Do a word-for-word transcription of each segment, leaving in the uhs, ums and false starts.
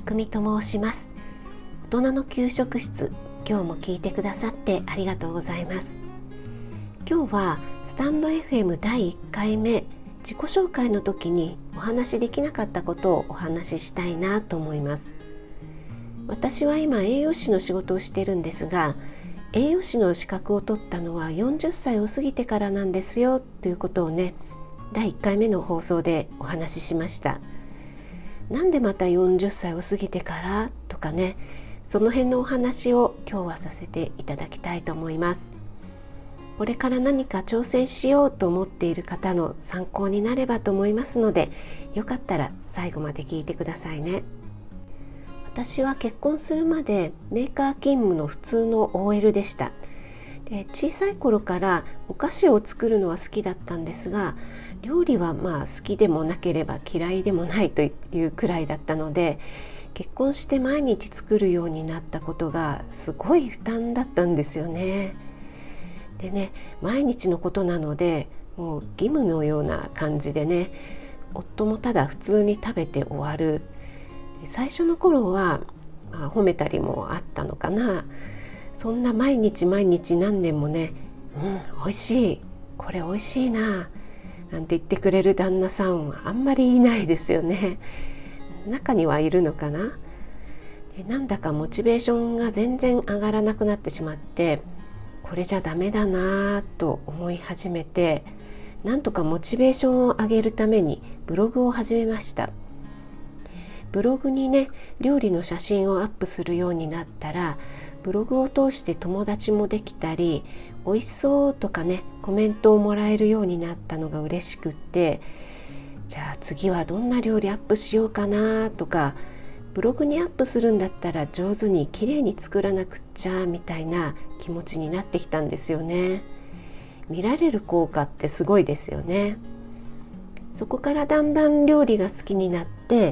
匠と申します。大人の給食室、今日も聞いてくださってありがとうございます。今日はスタンド エフエム だいいっかいめ自己紹介の時にお話しできなかったことをお話ししたいなと思います。私は今栄養士の仕事をしているんですが、栄養士の資格を取ったのはよんじゅっさいを過ぎてからなんですよということをね、だいいっかいめの放送でお話ししました。なんでまたよんじゅっさいを過ぎてからとかね、その辺のお話を今日はさせていただきたいと思います。これから何か挑戦しようと思っている方の参考になればと思いますので、よかったら最後まで聞いてくださいね。私は結婚するまでメーカー勤務の普通の オーエル でした。で、小さい頃からお菓子を作るのは好きだったんですが、料理はまあ好きでもなければ嫌いでもないというくらいだったので、結婚して毎日作るようになったことがすごい負担だったんですよね。でね、毎日のことなのでもう義務のような感じでね、夫もただ普通に食べて終わる。最初の頃は、まあ、褒めたりもあったのかな。そんな毎日毎日何年もね、うん、美味しい、これ美味しいななんて言ってくれる旦那さんはあんまりいないですよね。中にはいるのかな。で、なんだかモチベーションが全然上がらなくなってしまって、これじゃダメだなと思い始めて、なんとかモチベーションを上げるためにブログを始めました。ブログにね、料理の写真をアップするようになったら、ブログを通して友達もできたり、美味しそうとかね、コメントをもらえるようになったのが嬉しくって、じゃあ次はどんな料理アップしようかなとか、ブログにアップするんだったら上手に綺麗に作らなくっちゃみたいな気持ちになってきたんですよね。見られる効果ってすごいですよね。そこからだんだん料理が好きになって、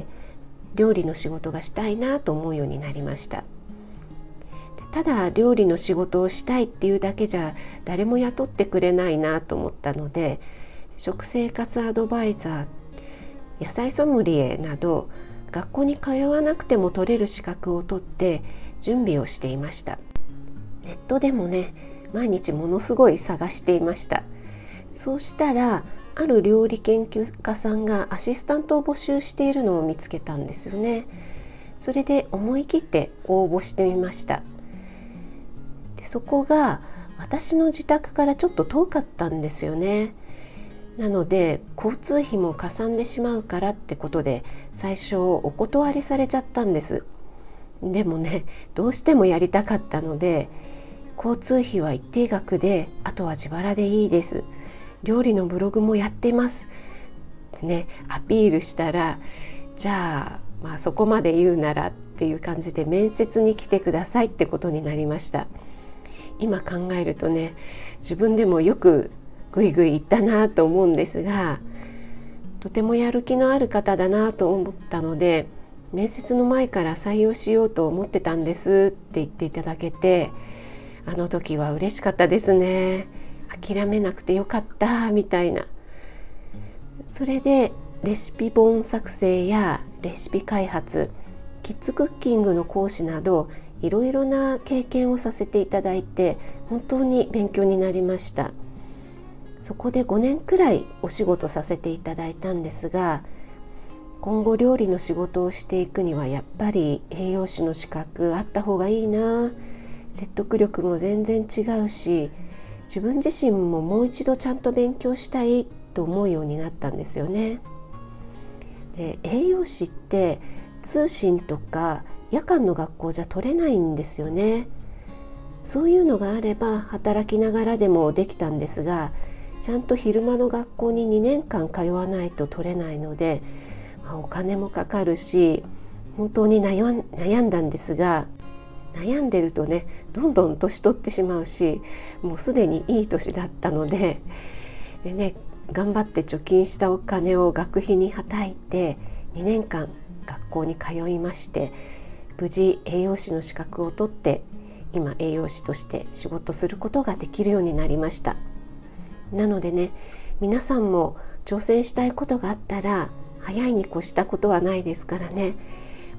料理の仕事がしたいなと思うようになりました。ただ料理の仕事をしたいっていうだけじゃ誰も雇ってくれないなと思ったので、食生活アドバイザー、野菜ソムリエなど学校に通わなくても取れる資格を取って準備をしていました。ネットでもね、毎日ものすごい探していました。そうしたら、ある料理研究家さんがアシスタントを募集しているのを見つけたんですよね。それで思い切って応募してみました。で、そこが私の自宅からちょっと遠かったんですよね。なので交通費もかさんでしまうからってことで最初お断りされちゃったんです。でもね、どうしてもやりたかったので、交通費は一定額で、あとは自腹でいいです、料理のブログもやってますね、アピールしたら、じゃあ、まあそこまで言うならっていう感じで面接に来てくださいってことになりました。今考えるとね、自分でもよくぐいぐい言ったなと思うんですが、とてもやる気のある方だなと思ったので、面接の前から採用しようと思ってたんですって言っていただけて、あの時は嬉しかったですね。諦めなくてよかったみたいな。それでレシピ本作成やレシピ開発、キッズクッキングの講師などいろいろな経験をさせていただいて、本当に勉強になりました。そこでごねんくらいお仕事させていただいたんですが、今後料理の仕事をしていくにはやっぱり栄養士の資格あった方がいいな、説得力も全然違うし、自分自身ももう一度ちゃんと勉強したいと思うようになったんですよね。で、栄養士って通信とか夜間の学校じゃ取れないんですよね。そういうのがあれば働きながらでもできたんですが、ちゃんと昼間の学校ににねんかん通わないと取れないので、まあ、お金もかかるし、本当に悩ん、悩んだんですが、悩んでるとね、どんどん年取ってしまうし、もうすでにいい年だったので、でね、頑張って貯金したお金を学費にはたいてにねんかん学校に通いまして、無事栄養士の資格を取って今栄養士として仕事することができるようになりました。なのでね、皆さんも挑戦したいことがあったら早いに越したことはないですからね、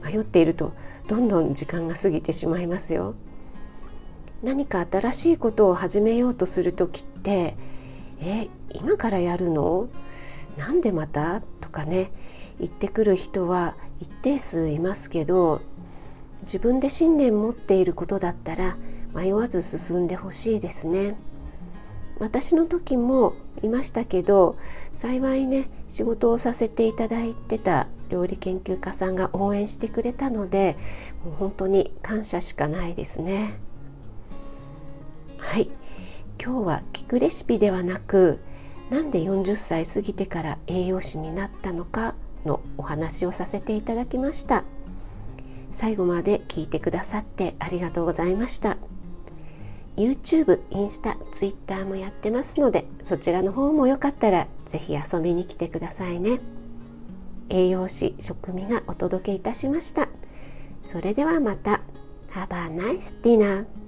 迷っているとどんどん時間が過ぎてしまいますよ。何か新しいことを始めようとするときってえ今からやるの？なんでまた？とかね言ってくる人は一定数いますけど、自分で信念持っていることだったら迷わず進んでほしいですね。私の時もいましたけど、幸いね仕事をさせていただいてた料理研究家さんが応援してくれたので、もう本当に感謝しかないですね。はい、今日は聞くレシピではなく、なんでよんじゅっさい過ぎてから栄養士になったのかのお話をさせていただきました。最後まで聞いてくださってありがとうございました。YouTube、インスタ、Twitter もやってますので、そちらの方もよかったらぜひ遊びに来てくださいね。栄養士食味がお届けいたしました。それではまた。Have a nice dinner!